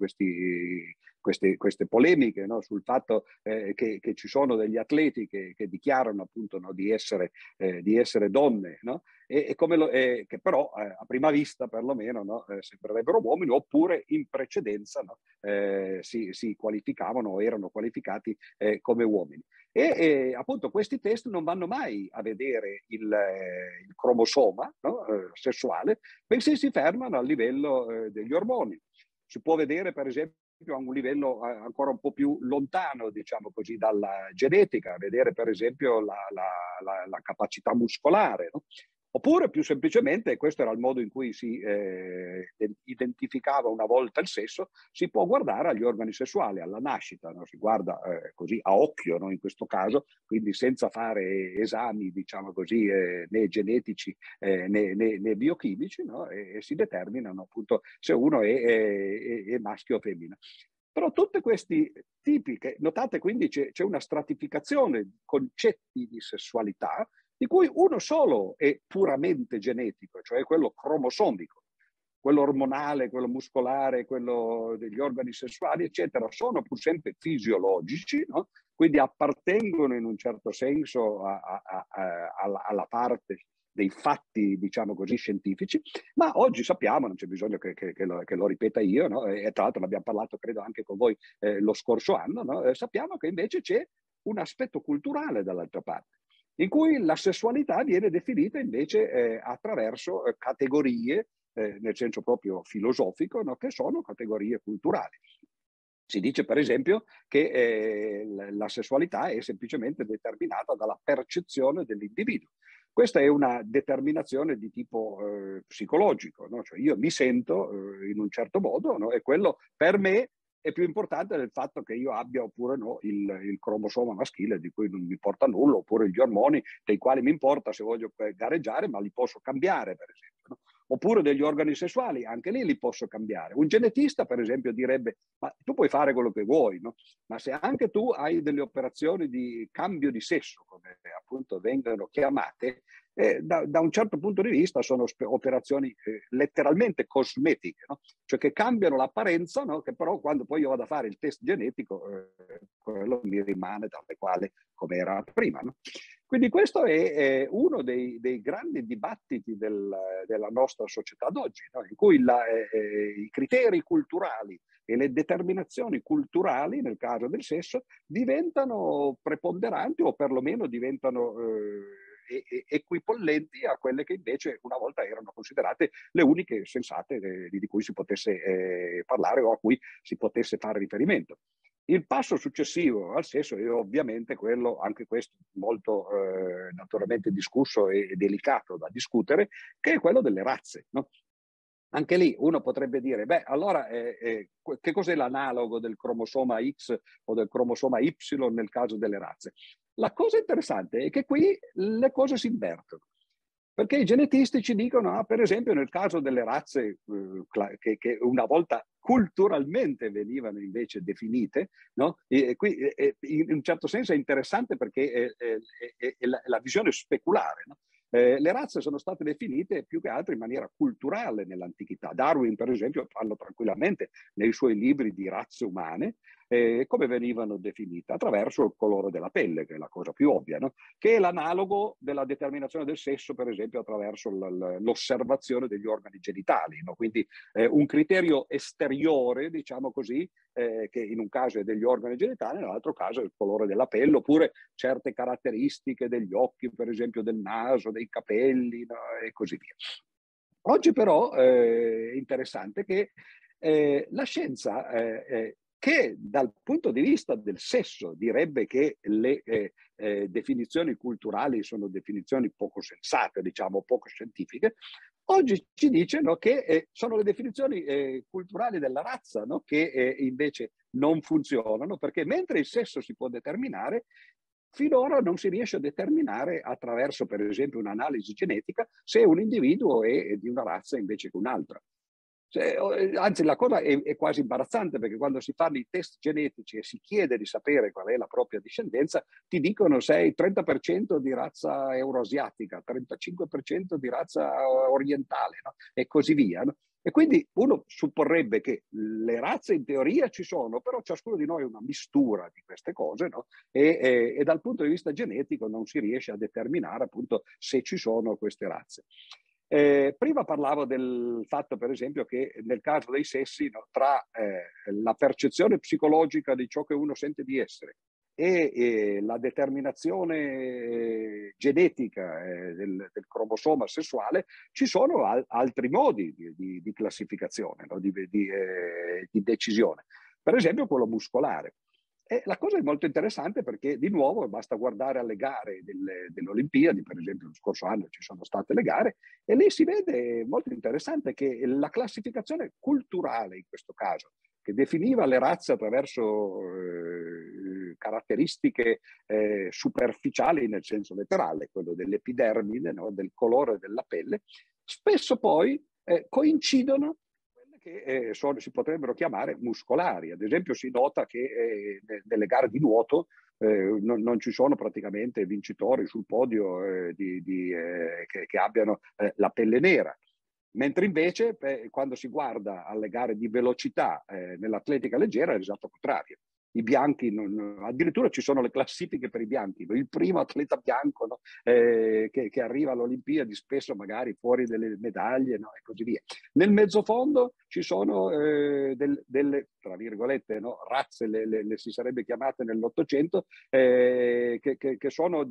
queste polemiche, no, sul fatto che ci sono degli atleti che dichiarano appunto, no, di essere donne, no? Che però a prima vista perlomeno, no, sembrerebbero uomini, oppure in precedenza, no, si qualificavano o erano qualificati come uomini. E appunto questi test non vanno mai a vedere il cromosoma, no, sessuale, bensì si fermano al livello degli ormoni. Si può vedere per esempio a un livello ancora un po' più lontano, diciamo così, dalla genetica, vedere per esempio la capacità muscolare, no? Oppure più semplicemente, questo era il modo in cui si identificava una volta il sesso, si può guardare agli organi sessuali, alla nascita, no? Si guarda così a occhio, no? In questo caso, quindi senza fare esami, diciamo così, né genetici né biochimici, no? E si determinano appunto se uno è maschio o femmina. Però tutti questi tipi, che notate quindi c'è una stratificazione di concetti di sessualità, di cui uno solo è puramente genetico, cioè quello cromosomico. Quello ormonale, quello muscolare, quello degli organi sessuali, eccetera, sono pur sempre fisiologici, no? Quindi appartengono in un certo senso alla parte dei fatti, diciamo così, scientifici, ma oggi sappiamo, non c'è bisogno che lo ripeta io, no? E tra l'altro ne abbiamo parlato credo anche con voi lo scorso anno, no? Sappiamo che invece c'è un aspetto culturale dall'altra parte, in cui la sessualità viene definita invece attraverso categorie, nel senso proprio filosofico, no? Che sono categorie culturali. Si dice per esempio che la sessualità è semplicemente determinata dalla percezione dell'individuo. Questa è una determinazione di tipo psicologico, no? Cioè io mi sento in un certo modo, no? E quello per me è più importante del fatto che io abbia oppure no il cromosoma maschile, di cui non mi importa nulla, oppure gli ormoni, dei quali mi importa se voglio gareggiare, ma li posso cambiare per esempio, no? Oppure degli organi sessuali, anche lì li posso cambiare. Un genetista, per esempio, direbbe, ma tu puoi fare quello che vuoi, no? Ma se anche tu hai delle operazioni di cambio di sesso, come appunto vengono chiamate, Da un certo punto di vista sono operazioni letteralmente cosmetiche, no? Cioè che cambiano l'apparenza, no? Che però quando poi io vado a fare il test genetico, quello mi rimane tale quale come era prima. No? Quindi questo è uno dei grandi dibattiti della nostra società d'oggi, no? In cui i criteri culturali e le determinazioni culturali, nel caso del sesso, diventano preponderanti o perlomeno diventano equipollenti a quelle che invece una volta erano considerate le uniche sensate di cui si potesse parlare o a cui si potesse fare riferimento. Il passo successivo al sesso è ovviamente quello, anche questo molto naturalmente discusso e delicato da discutere, che è quello delle razze, no? Anche lì uno potrebbe dire, beh, allora che cos'è l'analogo del cromosoma X o del cromosoma Y nel caso delle razze? La cosa interessante è che qui le cose si invertono, perché i genetisti ci dicono, per esempio nel caso delle razze che una volta culturalmente venivano invece definite, no? Qui in un certo senso è interessante perché è la visione speculare, no? Le razze sono state definite più che altro in maniera culturale nell'antichità. Darwin, per esempio, parla tranquillamente nei suoi libri di razze umane, come venivano definite? Attraverso il colore della pelle, che è la cosa più ovvia, no? Che è l'analogo della determinazione del sesso, per esempio, attraverso l'osservazione degli organi genitali, no? Quindi un criterio esteriore, diciamo così, che in un caso è degli organi genitali, nell'altro caso è il colore della pelle, oppure certe caratteristiche degli occhi, per esempio del naso, dei capelli, no? E così via. Oggi però è interessante che la scienza, che dal punto di vista del sesso direbbe che le definizioni culturali sono definizioni poco sensate, diciamo poco scientifiche, oggi ci dice, no, che sono le definizioni culturali della razza, no, che invece non funzionano, perché mentre il sesso si può determinare, finora non si riesce a determinare attraverso, per esempio, un'analisi genetica se un individuo è di una razza invece che un'altra. Anzi, la cosa è quasi imbarazzante, perché quando si fanno i test genetici e si chiede di sapere qual è la propria discendenza, ti dicono sei 30% di razza euroasiatica, 35% di razza orientale, no? E così via. No? E quindi uno supporrebbe che le razze in teoria ci sono, però ciascuno di noi è una mistura di queste cose, no? E dal punto di vista genetico non si riesce a determinare appunto se ci sono queste razze. Prima parlavo del fatto, per esempio, che nel caso dei sessi, no, tra la percezione psicologica di ciò che uno sente di essere e la determinazione genetica del cromosoma sessuale, ci sono altri modi di classificazione, no? di decisione. Per esempio quello muscolare. E la cosa è molto interessante perché, di nuovo, basta guardare alle gare delle Olimpiadi, per esempio lo scorso anno ci sono state le gare, e lì si vede molto interessante che la classificazione culturale, in questo caso, che definiva le razze attraverso caratteristiche superficiali nel senso letterale, quello dell'epidermide, no? Del colore della pelle, spesso poi coincidono che si potrebbero chiamare muscolari. Ad esempio si nota che nelle gare di nuoto non ci sono praticamente vincitori sul podio che abbiano la pelle nera. Mentre invece quando si guarda alle gare di velocità nell'atletica leggera è l'esatto contrario. I bianchi, addirittura ci sono le classifiche per i bianchi. Il primo atleta bianco, no? Che arriva alle Olimpiadi spesso magari fuori delle medaglie, no? E così via. Nel mezzofondo ci sono delle, tra virgolette, no? Razze, le si sarebbe chiamate nell'Ottocento, che sono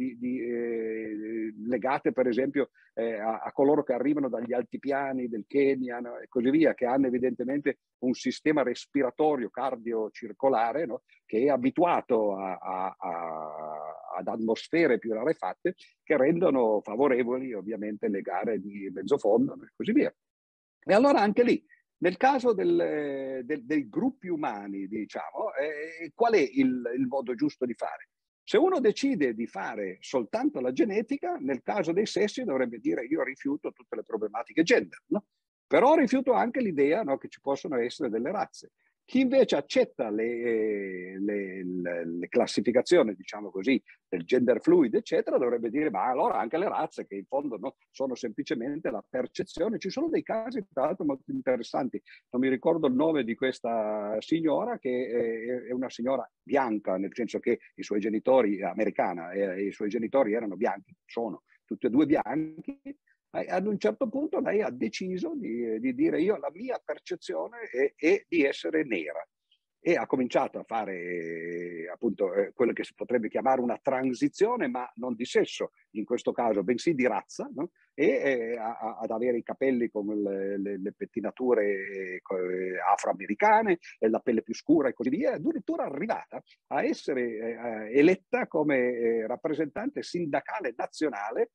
legate per esempio a coloro che arrivano dagli altipiani del Kenya, no? E così via, che hanno evidentemente un sistema respiratorio cardiocircolare, no? Che è abituato ad atmosfere più rarefatte, che rendono favorevoli ovviamente le gare di mezzofondo, no? E così via. E allora anche lì, nel caso dei gruppi umani, diciamo, qual è il modo giusto di fare? Se uno decide di fare soltanto la genetica, nel caso dei sessi dovrebbe dire io rifiuto tutte le problematiche gender, no? Però rifiuto anche l'idea, no, che ci possono essere delle razze. Chi invece accetta le classificazioni, diciamo così, del gender fluid, eccetera, dovrebbe dire, ma allora anche le razze, che in fondo no, sono semplicemente la percezione. Ci sono dei casi, tra l'altro, molto interessanti. Non mi ricordo il nome di questa signora, che è una signora bianca, nel senso che i suoi genitori, americana, i suoi genitori erano bianchi, sono tutti e due bianchi. Ad un certo punto lei ha deciso di dire, io la mia percezione è di essere nera, e ha cominciato a fare appunto quello che si potrebbe chiamare una transizione, ma non di sesso in questo caso, bensì di razza, no? E ad avere i capelli con le pettinature afroamericane, la pelle più scura e così via, addirittura arrivata a essere eletta come rappresentante sindacale nazionale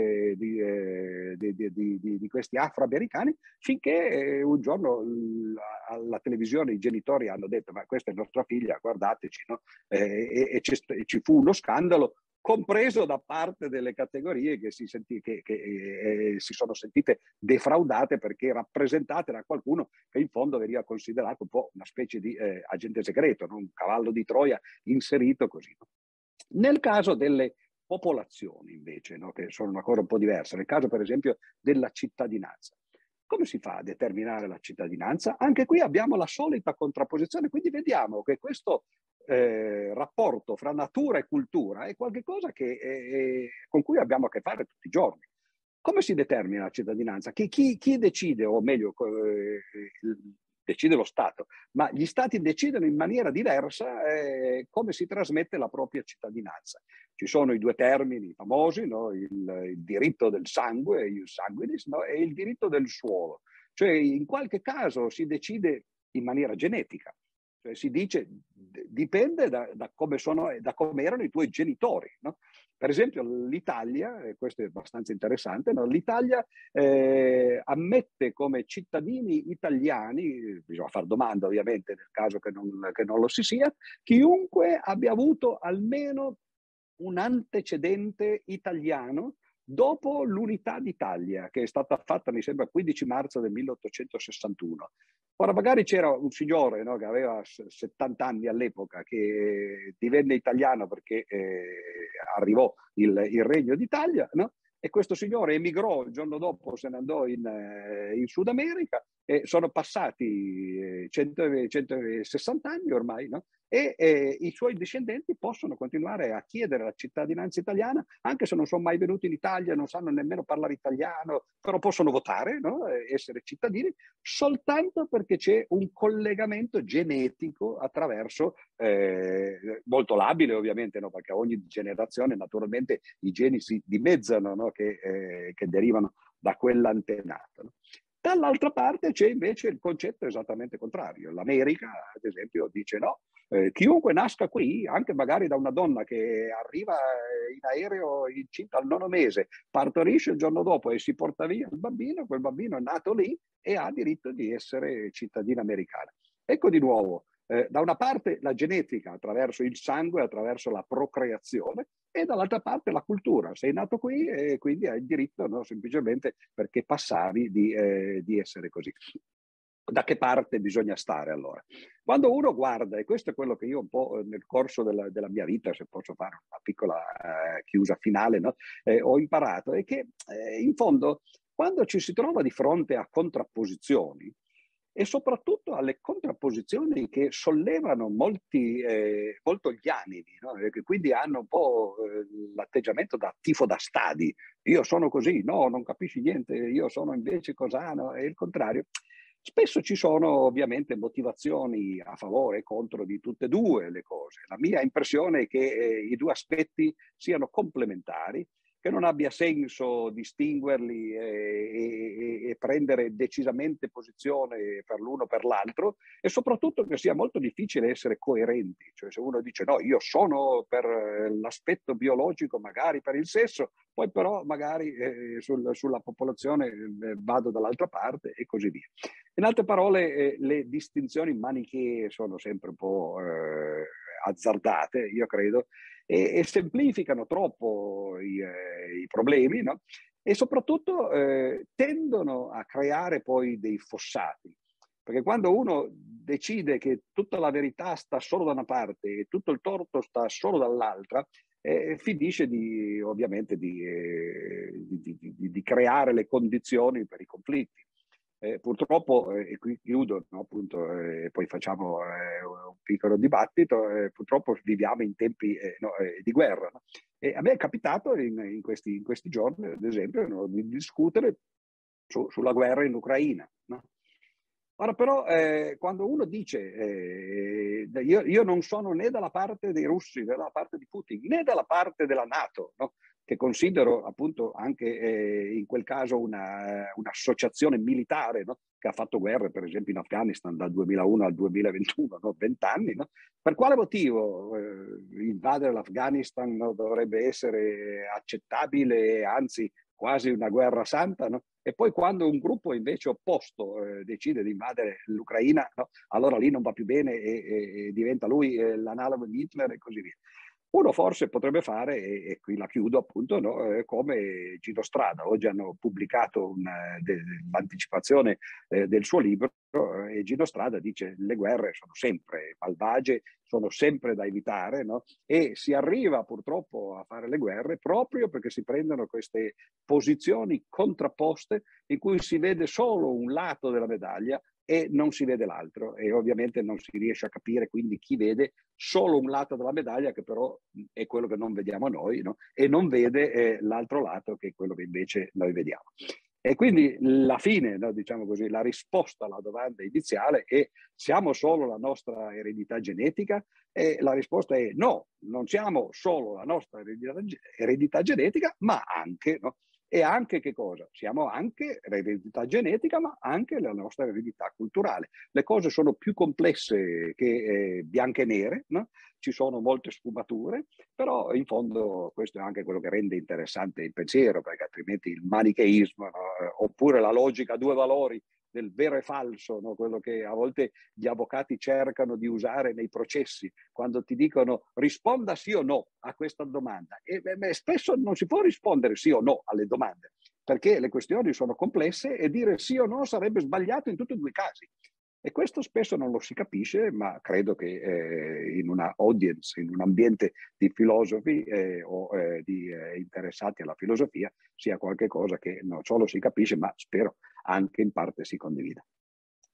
di questi afroamericani, finché un giorno alla televisione i genitori hanno detto, ma questa è nostra figlia, guardateci, no? E ci fu uno scandalo, compreso da parte delle categorie che si sono sentite defraudate, perché rappresentate da qualcuno che in fondo veniva considerato un po' una specie di agente segreto, no? Un cavallo di Troia inserito così. No? Nel caso delle popolazioni, invece, no? Che sono una cosa un po' diversa, nel caso per esempio della cittadinanza. Come si fa a determinare la cittadinanza? Anche qui abbiamo la solita contrapposizione, quindi vediamo che questo rapporto fra natura e cultura è qualcosa con cui abbiamo a che fare tutti i giorni. Come si determina la cittadinanza? Chi decide, o meglio, decide lo Stato, ma gli Stati decidono in maniera diversa come si trasmette la propria cittadinanza. Ci sono i due termini famosi, no? Il diritto del sangue, il sanguinis, no? E il diritto del suolo. Cioè in qualche caso si decide in maniera genetica, cioè si dice dipende da come erano i tuoi genitori, no? Per esempio l'Italia, e questo è abbastanza interessante, no? L'Italia ammette come cittadini italiani, bisogna fare domanda ovviamente nel caso che non lo si sia, chiunque abbia avuto almeno un antecedente italiano dopo l'unità d'Italia, che è stata fatta, mi sembra, 15 marzo del 1861. Ora, magari c'era un signore, no, che aveva 70 anni all'epoca, che divenne italiano perché arrivò il Regno d'Italia, no? E questo signore emigrò, il giorno dopo se ne andò in Sud America, e sono passati 160 anni ormai, no? E i suoi discendenti possono continuare a chiedere la cittadinanza italiana, anche se non sono mai venuti in Italia, non sanno nemmeno parlare italiano, però possono votare, no? Essere cittadini, soltanto perché c'è un collegamento genetico attraverso, molto labile ovviamente, no? Perché ogni generazione naturalmente i geni si dimezzano, no? Che derivano da quell'antenato. No? Dall'altra parte c'è invece il concetto esattamente contrario. L'America, ad esempio, dice no, chiunque nasca qui, anche magari da una donna che arriva in aereo incinta al 9° mese, partorisce il giorno dopo e si porta via il bambino, quel bambino è nato lì e ha diritto di essere cittadino americano. Ecco di nuovo, da una parte la genetica attraverso il sangue, attraverso la procreazione, e dall'altra parte la cultura. Sei nato qui e quindi hai il diritto, no, semplicemente perché passavi di essere così. Da che parte bisogna stare allora? Quando uno guarda, e questo è quello che io un po' nel corso della mia vita, se posso fare una piccola chiusa finale, no? Ho imparato, è che in fondo quando ci si trova di fronte a contrapposizioni, e soprattutto alle contrapposizioni che sollevano molto gli animi, no? E che quindi hanno un po' l'atteggiamento da tifo da stadi. Io sono così, no, non capisci niente, io sono invece cosano, e il contrario. Spesso ci sono ovviamente motivazioni a favore e contro di tutte e due le cose. La mia impressione è che i due aspetti siano complementari, che non abbia senso distinguerli e prendere decisamente posizione per l'uno o per l'altro, e soprattutto che sia molto difficile essere coerenti. Cioè se uno dice no, io sono per l'aspetto biologico, magari per il sesso, poi però magari sulla popolazione vado dall'altra parte e così via. In altre parole, le distinzioni manichee sono sempre un po' azzardate, io credo, e semplificano troppo i problemi, no? E soprattutto tendono a creare poi dei fossati. Perché quando uno decide che tutta la verità sta solo da una parte e tutto il torto sta solo dall'altra, finisce ovviamente di creare le condizioni per i conflitti. Purtroppo, e qui chiudo, no, appunto, poi facciamo un piccolo dibattito, purtroppo viviamo in tempi di guerra. No? E a me è capitato in questi giorni, ad esempio, no, di discutere sulla guerra in Ucraina. No? Ora però, quando uno dice io non sono né dalla parte dei russi, né dalla parte di Putin, né dalla parte della NATO, no? Che considero appunto anche in quel caso un'associazione militare, no? Che ha fatto guerre per esempio in Afghanistan dal 2001 al 2021, no? 20 anni. No? Per quale motivo invadere l'Afghanistan, no? Dovrebbe essere accettabile, anzi quasi una guerra santa? No? E poi quando un gruppo invece opposto decide di invadere l'Ucraina, no? Allora lì non va più bene e diventa lui l'analogo di Hitler e così via. Uno forse potrebbe fare, e qui la chiudo appunto, no? Come Gino Strada. Oggi hanno pubblicato l'anticipazione del suo libro e Gino Strada dice le guerre sono sempre malvagie, sono sempre da evitare, no? E si arriva purtroppo a fare le guerre proprio perché si prendono queste posizioni contrapposte in cui si vede solo un lato della medaglia e non si vede l'altro, e ovviamente non si riesce a capire quindi chi vede solo un lato della medaglia, che però è quello che non vediamo noi, no? E non vede l'altro lato, che è quello che invece noi vediamo. E quindi la fine, no, diciamo così, la risposta alla domanda iniziale è: siamo solo la nostra eredità genetica? E la risposta è no, non siamo solo la nostra eredità genetica, ma anche, no? E anche che cosa? Siamo anche l'eredità genetica, ma anche la nostra eredità culturale. Le cose sono più complesse che bianche e nere, no? Ci sono molte sfumature, però in fondo questo è anche quello che rende interessante il pensiero, perché altrimenti il manicheismo, no? Oppure la logica a due valori del vero e falso, no? Quello che a volte gli avvocati cercano di usare nei processi, quando ti dicono risponda sì o no a questa domanda. E spesso non si può rispondere sì o no alle domande, perché le questioni sono complesse e dire sì o no sarebbe sbagliato in tutti e due i casi. E questo spesso non lo si capisce, ma credo che in una audience, in un ambiente di filosofi o di interessati alla filosofia, sia qualcosa che non solo si capisce, ma spero anche in parte si condivida.